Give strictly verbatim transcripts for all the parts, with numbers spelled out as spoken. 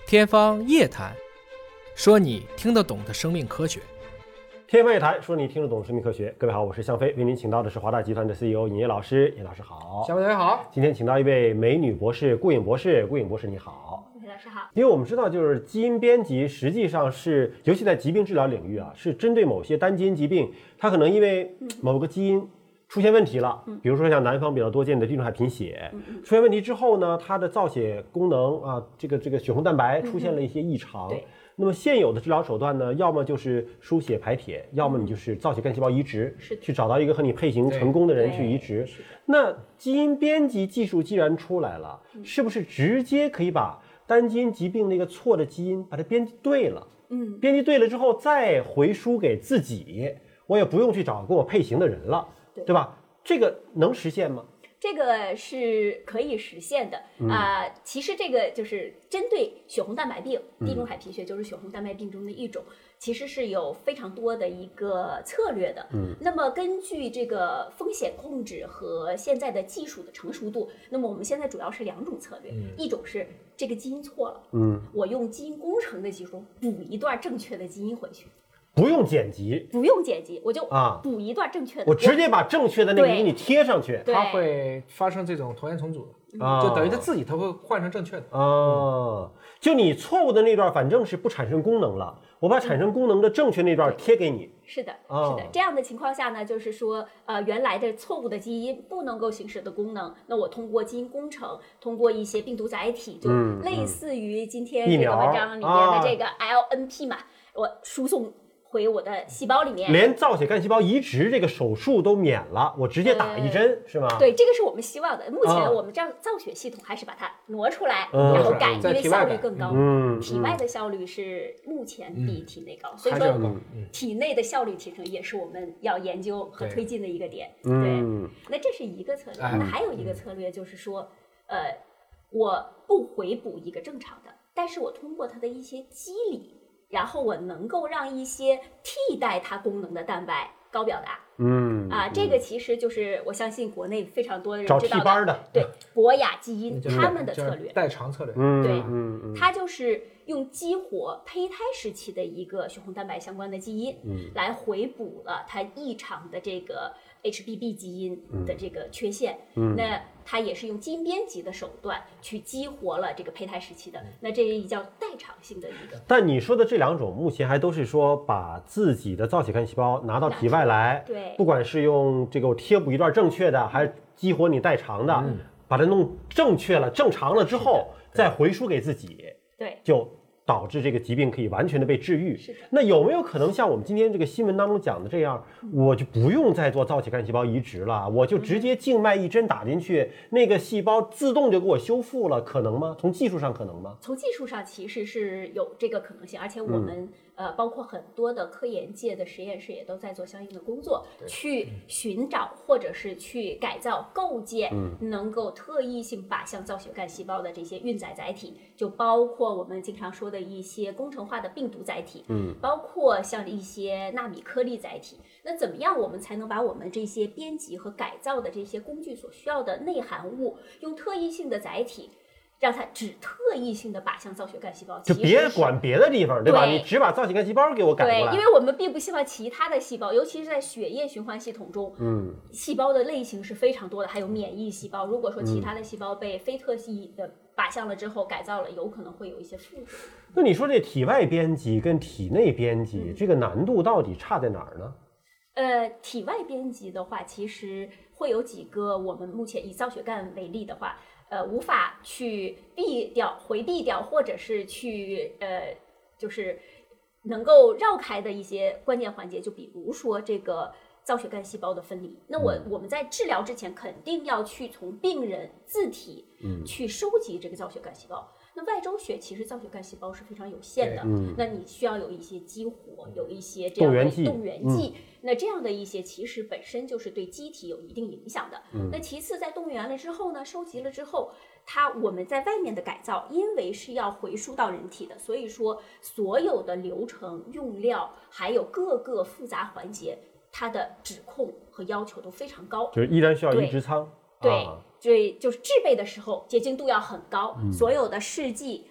天方夜谭，说你听得懂的生命科学。 天方夜谭，说你听得懂生命科学。各位好，我是向飞，为您请到的是华大集团的 C E O 尹烨老师。尹老师好。 向飞同学好。 今天请到一位美女博士顾颖博士，顾颖博士你好。 尹老师好。 因为我们知道，就是基因编辑实际上是，尤其在疾病治疗领域啊，是针对某些单基因疾病，它可能因为某个基因出现问题了，比如说像南方比较多见的地中海贫血，出现问题之后呢，它的造血功能啊，这个这个血红蛋白出现了一些异常。那么现有的治疗手段呢，要么就是输血排铁，要么你就是造血干细胞移植，去找到一个和你配型成功的人去移植。那基因编辑技术既然出来了，是不是直接可以把单基因疾病那个错的基因把它编辑对了？嗯，编辑对了之后再回输给自己，我也不用去找跟我配型的人了，对, 对吧？这个能实现吗？ 这个是可以实现的啊、嗯呃。其实这个就是针对血红蛋白病，地中海贫血就是血红蛋白病中的一种，其实是有非常多的一个策略的。嗯，那么根据这个风险控制和现在的技术的成熟度，那么我们现在主要是两种策略，嗯、一种是这个基因错了，嗯，我用基因工程的技术补一段正确的基因回去。 不用剪辑， 不用剪辑，我就啊补一段正确的， 我直接把正确的那个给你贴上去， 它会发生这种同源重组的，嗯、就等于它自己它会换成正确的啊、嗯。就你错误的那段反正是不产生功能了，我把产生功能的正确那段贴给你。 是的，是的。这样的情况下呢，就是说，呃，原来的错误的基因不能够行使的功能，那我通过基因工程，通过一些病毒载体，就类似于今天这个文章里面的这个 L N P 嘛，我输送回我的细胞里面， 连造血干细胞移植这个手术都免了，我直接打一针、呃、是吗？ 对，这个是我们希望的。目前我们这样造血系统还是把它挪出来，嗯、然后改，因为效率更高。嗯，体外的效率是目前比体内高，嗯、所以说体内的效率提升也是我们要研究和推进的一个点。对， 嗯、 那这是一个策略。那还有一个策略就是说，呃，我不回补一个正常的，但是我通过它的一些机理。然后我能够让一些替代它功能的蛋白高表达，嗯啊，这个其实就是我相信国内非常多的人知道的， 找替班的， 对，博雅基因他们的策略， 代偿策略， 嗯， 对， 嗯嗯， 它就是用激活胚胎时期的一个血红蛋白相关的基因，嗯，来回补了它异常的这个 H B B 基因的这个缺陷，嗯，那它也是用基因编辑的手段去激活了这个胚胎时期的，那这也叫代偿性的一个。 但你说的这两种，目前还都是说把自己的造血干细胞拿到体外来， 对， 不管是用这个贴补一段正确的，还是激活你代偿的，嗯、把它弄正确了、正常了之后，再回输给自己， 对， 就导致这个疾病可以完全的被治愈。 是的。 那有没有可能像我们今天这个新闻当中讲的这样，我就不用再做造血干细胞移植了，我就直接静脉一针打进去，嗯、那个细胞自动就给我修复了，可能吗？从技术上可能吗？ 从技术上其实是有这个可能性，而且我们、嗯。呃，包括很多的科研界的实验室也都在做相应的工作，去寻找或者是去改造、构建能够特异性靶向造血干细胞的这些运载载体，就包括我们经常说的一些工程化的病毒载体，嗯，包括像一些纳米颗粒载体。那怎么样我们才能把我们这些编辑和改造的这些工具所需要的内含物，用特异性的载体？让它只特异性的靶向造血干细胞， 就别管别的地方，对吧？你只把造血干细胞给我改过来。 对，因为我们并不希望其他的细胞，尤其是在血液循环系统中，嗯，细胞的类型是非常多的，还有免疫细胞。如果说其他的细胞被非特异的靶向了之后改造了，有可能会有一些副作用。 那你说这体外编辑跟体内编辑、嗯、这个难度到底差在哪儿呢？ 呃，体外编辑的话，其实会有几个，我们目前以造血干为例的话。呃，无法去避掉、回避掉，或者是去呃，就是能够绕开的一些关键环节，就比如说这个造血干细胞的分离。那我我们在治疗之前，肯定要去从病人自体去收集这个造血干细胞。那外周血其实造血干细胞是非常有限的，嗯、那你需要有一些激活，有一些这样的动员剂。嗯、那这样的一些其实本身就是对机体有一定影响的。嗯、那其次，在动员了之后呢，收集了之后，它我们在外面的改造，因为是要回输到人体的，所以说所有的流程、用料还有各个复杂环节，它的指控和要求都非常高， 就是依然需要移植舱。 对。啊对，就是制备的时候洁净度要很高，嗯、所有的试剂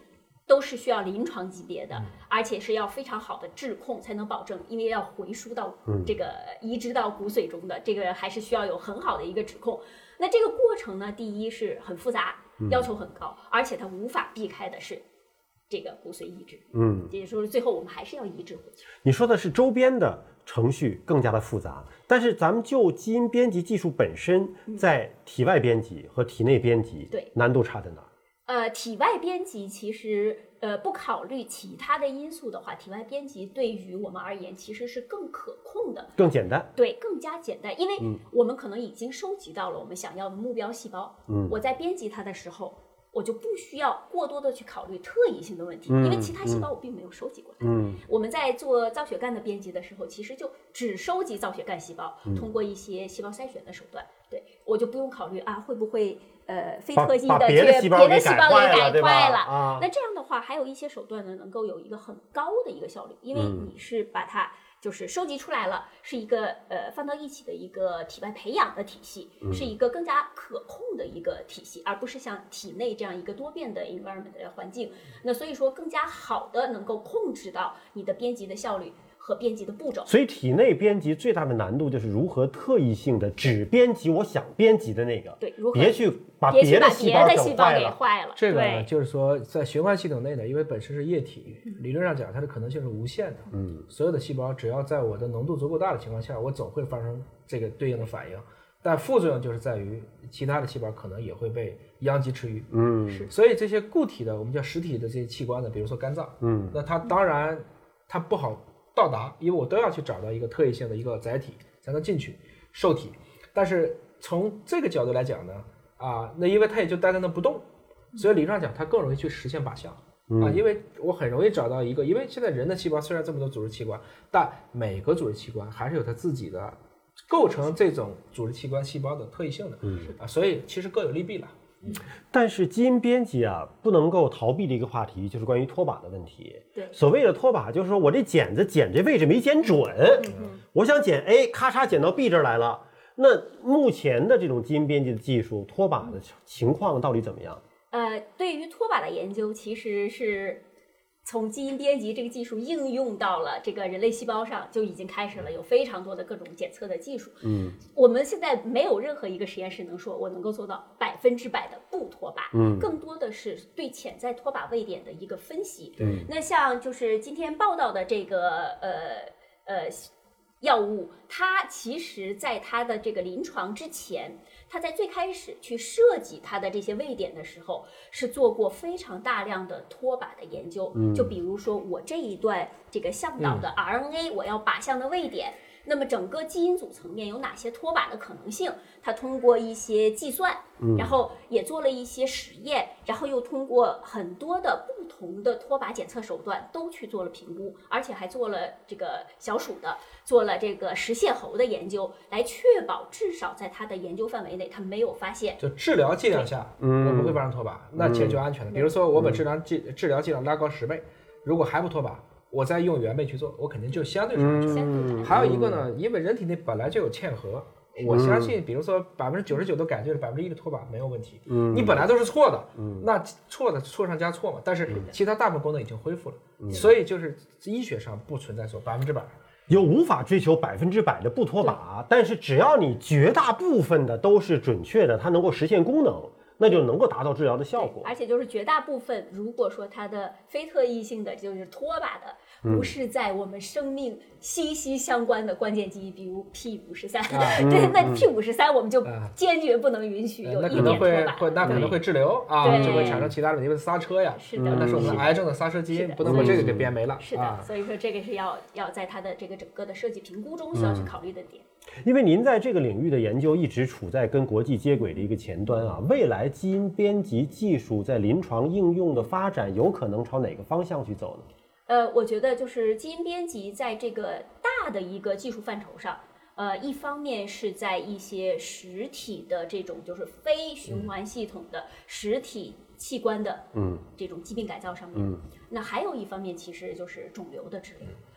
都是需要临床级别的，而且是要非常好的质控才能保证，因为要回输到这个移植到骨髓中的，这个还是需要有很好的一个质控。那这个过程呢，第一是很复杂，要求很高，而且它无法避开的是这个骨髓移植。嗯，也就是说最后我们还是要移植回去。 你说的是周边的程序更加的复杂，但是咱们就基因编辑技术本身，在体外编辑和体内编辑， 对， 难度差在哪儿？ 呃，体外编辑其实呃不考虑其他的因素的话，体外编辑对于我们而言其实是更可控的， 更简单。 对，更加简单，因为我们可能已经收集到了我们想要的目标细胞。嗯，我在编辑它的时候，我就不需要过多的去考虑特异性的问题，嗯、因为其他细胞我并没有收集过来。嗯，我们在做造血干的编辑的时候，其实就只收集造血干细胞，嗯、通过一些细胞筛选的手段，对我就不用考虑啊会不会。呃，非特异的去别的细胞给改坏了，啊、那这样的话，还有一些手段呢，能够有一个很高的一个效率，因为你是把它就是收集出来了，是一个呃放到一起的一个体外培养的体系，嗯、是一个更加可控的一个体系，而不是像体内这样一个多变的 environment 的环境。那所以说，更加好的能够控制到你的编辑的效率。和编辑的步骤， 所以体内编辑最大的难度就是如何特异性的只编辑我想编辑的那个， 对，如何别去把别的细胞细胞给坏了。 这个呢，就是说在循环系统内呢，因为本身是液体，理论上讲它的可能性是无限的。嗯，所有的细胞只要在我的浓度足够大的情况下，我总会发生这个对应的反应。但副作用就是在于其他的细胞可能也会被殃及池鱼。嗯，是。所以这些固体的，我们叫实体的这些器官呢，比如说肝脏，嗯，那它当然它不好到达，因为我都要去找到一个特异性的一个载体才能进去受体。但是从这个角度来讲呢，啊，那因为它也就待在那不动，所以理论上讲它更容易去实现靶向。嗯、啊，因为我很容易找到一个，因为现在人的细胞虽然这么多组织器官，但每个组织器官还是有它自己的构成这种组织器官细胞的特异性的。嗯，啊，所以其实各有利弊了。 嗯，但是基因编辑啊，不能够逃避的一个话题就是关于脱靶的问题。 对， 所谓的脱靶就是说我这剪子剪这位置没剪准，嗯、我想剪 A， 咔嚓剪到 B 这儿来了。那目前的这种基因编辑的技术脱靶的情况到底怎么样？ 呃，对于脱靶的研究，其实是从基因编辑这个技术应用到了这个人类细胞上就已经开始了，有非常多的各种检测的技术。嗯，我们现在没有任何一个实验室能说我能够做到百分之百的不脱靶。嗯，更多的是对潜在脱靶位点的一个分析。嗯，那像就是今天报道的这个呃呃药物，它其实在它的这个临床之前，它在最开始去设计它的这些位点的时候，是做过非常大量的脱靶的研究。嗯，就比如说我这一段这个向导的 R N A，、嗯、我要靶向的位点，那么整个基因组层面有哪些脱靶的可能性？它通过一些计算，嗯、然后也做了一些实验，然后又通过很多的不同的脱靶检测手段都去做了评估，而且还做了这个小鼠的，做了这个食蟹猴的研究，来确保至少在它的研究范围内，它没有发现。 就治疗剂量下，我不会发生脱靶，那其实就安全了。比如说我把治疗剂治疗剂量拉高十倍，如果还不脱靶，我再用原倍去做，我肯定就相对是安全。嗯、还有一个呢，因为人体内本来就有嵌合，我相信，比如说百分之九十九都改对了，百分之一的脱靶没有问题。嗯，你本来都是错的，嗯，那错的错上加错嘛。但是其他大部分功能已经恢复了，嗯、所以就是医学上不存在说百分之百。 又无法追求百分之百的不脱靶，但是只要你绝大部分的都是准确的，它能够实现功能，那就能够达到治疗的效果。 而且就是绝大部分，如果说它的非特异性的就是脱靶的，不是在我们生命息息相关的关键基因，比如 P 五十三，对，那 P 五十三我们就坚决不能允许有一点脱靶， 那可能会滞留啊，就会产生其他的，因为刹车呀， 是的， 那是我们癌症的刹车基因，不能把这个给编没了。 是的，所以说这个是要要在它的这个整个的设计评估中需要去考虑的点。 因为您在这个领域的研究一直处在跟国际接轨的一个前端啊，未来基因编辑技术在临床应用的发展有可能朝哪个方向去走呢？ 呃，我觉得就是基因编辑在这个大的一个技术范畴上，呃，一方面是在一些实体的这种就是非循环系统的实体器官的嗯这种疾病改造上面，嗯，那还有一方面其实就是肿瘤的治疗。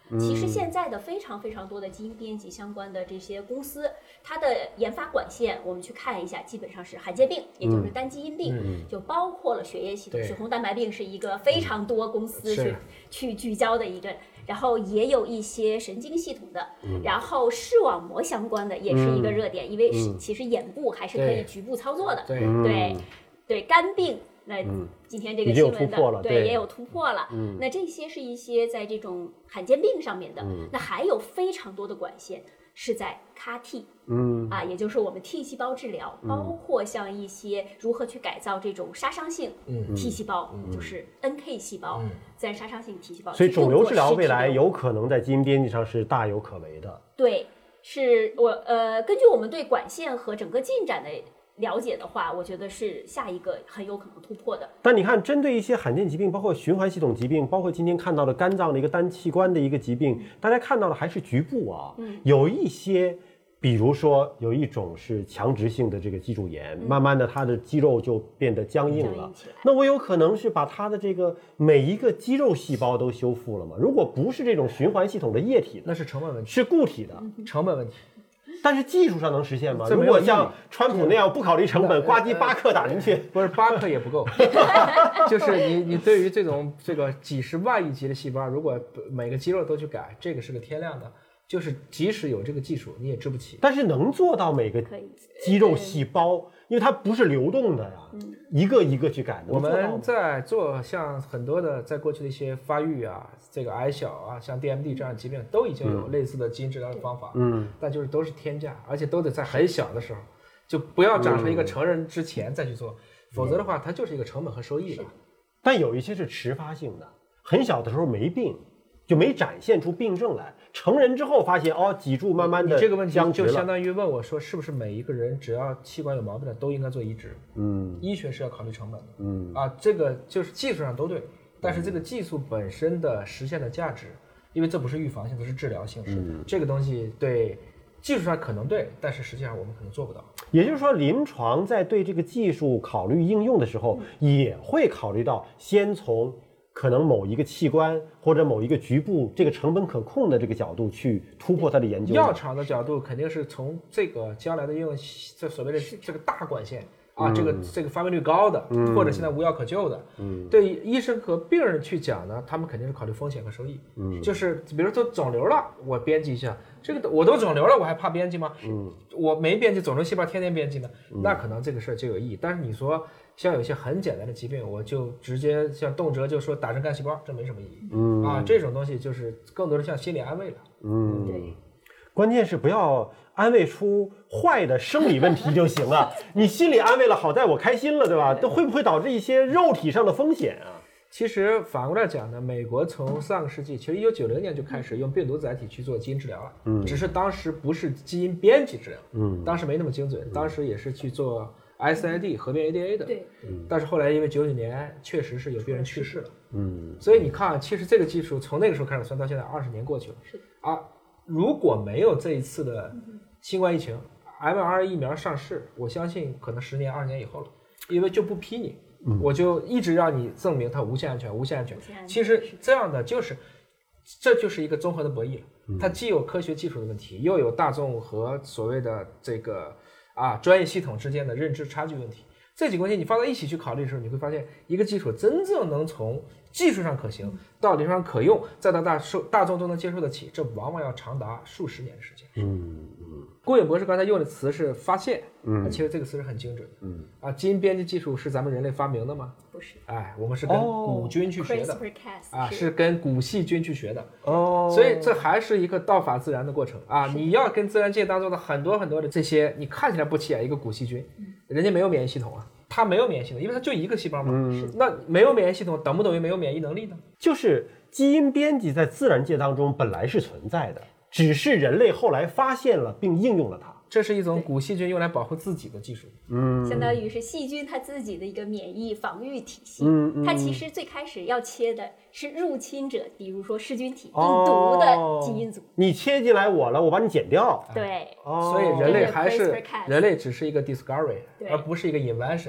其实现在的非常非常多的基因编辑相关的这些公司，它的研发管线我们去看一下，基本上是罕见病，也就是单基因病， 嗯、 就包括了血液系统，血红蛋白病是一个非常多公司去、嗯、去聚焦的一个。然后也有一些神经系统的，嗯、然后视网膜相关的也是一个热点，嗯、因为其实眼部还是可以局部操作的。 对对 对, 对，肝病，那今天这个新闻的、 嗯、 对, 对也有突破了。嗯、那这些是一些在这种罕见病上面的，嗯、那还有非常多的管线是在 C A R T， 嗯啊，也就是我们 T 细胞治疗，嗯、包括像一些如何去改造这种杀伤性 T 细胞，嗯、就是 N K 细胞，嗯、自然杀伤性 T 细胞。 所以肿瘤治疗未来有可能在基因编辑上是大有可为的。 对，是我呃，根据我们对管线和整个进展的了解的话，我觉得是下一个很有可能突破的。 但你看，针对一些罕见疾病，包括循环系统疾病，包括今天看到的肝脏的一个单器官的一个疾病，大家看到的还是局部啊。嗯，有一些，比如说有一种是强直性的这个肌肉炎，嗯、慢慢的它的肌肉就变得僵硬了。那我有可能是把它的这个每一个肌肉细胞都修复了吗？如果不是这种循环系统的液体的， 那是成本问题， 是固体的， 嗯、成本问题。 但是技术上能实现吗？如果像川普那样不考虑成本，呱唧八克打进去， 不是八克也不够。就是你你对于这种这个几十万亿级的细胞，如果每个肌肉都去改，这个是个天量的。就是即使有这个技术，你也治不起。 但是能做到每个肌肉细胞，因为它不是流动的呀，嗯、一个一个去改。 我们在做像很多的在过去的一些发育啊，这个矮小啊，像 D M D 这样的疾病，都已经有类似的基因治疗的方法。嗯，但就是都是天价，而且都得在很小的时候，就不要长成一个成人之前再去做，嗯、否则的话，它就是一个成本和收益了。 但有一些是迟发性的，很小的时候没病。就没展现出病症来，成人之后发现哦，脊柱慢慢的你这个问题就相当于问我说，是不是每一个人只要器官有毛病的都应该做移植？嗯，医学是要考虑成本的。嗯啊，这个就是技术上都对，但是这个技术本身的实现的价值，因为这不是预防性，这是治疗性质，嗯、这个东西对技术上可能对，但是实际上我们可能做不到。 也就是说，临床在对这个技术考虑应用的时候，嗯、也会考虑到先从可能某一个器官或者某一个局部这个成本可控的这个角度去突破它的研究。 药厂的角度肯定是从这个将来的应用，这所谓的这个大管线啊，嗯、这个这个发病率高的，嗯、或者现在无药可救的，嗯、对医生和病人去讲呢，他们肯定是考虑风险和收益。嗯、就是比如说肿瘤了，我编辑一下，这个我都肿瘤了，我还怕编辑吗？嗯、我没编辑肿瘤细胞，天天编辑呢，嗯、那可能这个事儿就有意义。但是你说像有些很简单的疾病，我就直接像动辄就说打成干细胞，这没什么意义。嗯啊，这种东西就是更多的像心理安慰了。 嗯，对。关键是不要安慰出坏的生理问题就行了。你心理安慰了，好在我开心了，对吧？这会不会导致一些肉体上的风险啊？ 其实反过来讲呢，美国从上个世纪，其实一九九零年就开始用病毒载体去做基因治疗了。嗯，只是当时不是基因编辑治疗，嗯，当时没那么精准，当时也是去做S I D 合并 A D A 的， 对， 但是后来因为九九年确实是有病人去世了，嗯，所以你看，其实这个技术从那个时候开始算到现在二十年过去了，是啊，如果没有这一次的新冠疫情 ，M R 疫苗上市，我相信可能十年、二十年以后了，因为就不批你，嗯、我就一直让你证明它无限安全、无限安全。其实这样的就是，这就是一个综合的博弈了，它既有科学技术的问题，又有大众和所谓的这个。啊，专业系统之间的认知差距问题，这几个问题你放在一起去考虑的时候，你会发现一个基础真正能从技术上可行到临床上可用，再到大受大众都能接受得起，这往往要长达数十年的时间。嗯嗯。郭远博士刚才用的词是发现，嗯，其实这个词是很精准的。嗯啊，基因编辑技术是咱们人类发明的吗？ 不是。 哎，我们是跟古菌去学的， 哦、 啊，是跟古细菌去学的。哦。所以这还是一个道法自然的过程啊！你要跟自然界当中的很多很多的这些，你看起来不起眼一个古细菌，嗯、人家没有免疫系统啊。它没有免疫系统，因为它就一个细胞嘛。嗯、那没有免疫系统，等不等于没有免疫能力呢？ 就是基因编辑在自然界当中本来是存在的，只是人类后来发现了并应用了它。 这是一种古细菌用来保护自己的技术， 嗯，相当于是细菌它自己的一个免疫防御体系。嗯嗯、它其实最开始要切的是入侵者，比如说噬菌体、病毒的基因组。哦、 你切进来我了，我把你剪掉。 对， 哦、所以人类还是人类只是一个 discovery， 而不是一个 invention。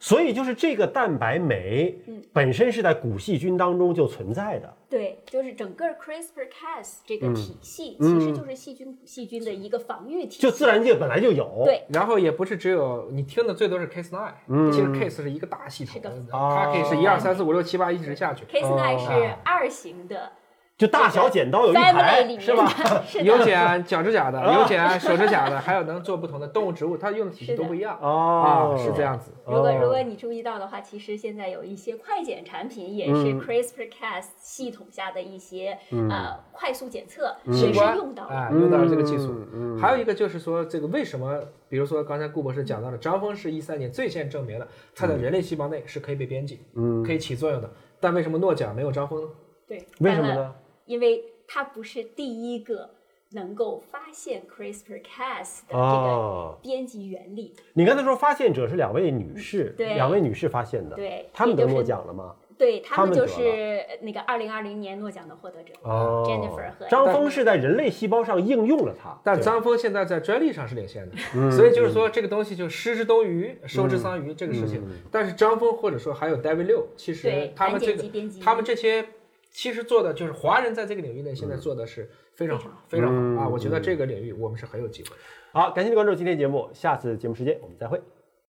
所以就是这个蛋白酶，本身是在古细菌当中就存在的。 对，就是整个 CRISPR-Cas 这个体系， 嗯、 其实就是细菌古细菌的一个防御体系， 就自然界本来就有。 对， 然后也不是只有你听的最多是 Cas 九，嗯，其实 Cas 是一个大系统，它可以是一二三四五六七八一直下去。 Cas 九是二型的。 就大小剪刀有一排，是吧？ 有剪脚指甲的，有剪手指甲的，还有能做不同的动物、植物，它用的体系都不一样哦， 啊，是这样子。 如果如果你注意到的话，其实现在有一些快检产品也是 CRISPR-Cas 系统下的一些呃快速检测，也是用到哎用到了这个技术。还有一个就是说，这个为什么，比如说刚才顾博士讲到了，张峰是一三年最先证明了它在人类细胞内是可以被编辑，嗯，可以起作用的。但为什么诺奖没有张峰呢？ 对， 为什么呢？ 因为它不是第一个能够发现 CRISPR-Cas 的这个编辑原理。 哦、你刚才说发现者是两位女士， 对， 两位女士发现的， 对， 他们得诺奖了吗？ 对，他们就是那个二零二零年诺奖的获得者、哦、Jennifer 和张峰是在人类细胞上应用了它， 但张峰现在在专利上是领先的，嗯、所以就是说这个东西就失之东隅，收之桑榆这个事情。嗯、但是张峰或者说还有 David Liu， 其实他们这个他们这些。其实做的就是华人在这个领域内现在做的是非常好，非常好啊！我觉得这个领域我们是很有机会。 好，感谢你关注今天节目，下次节目时间我们再会。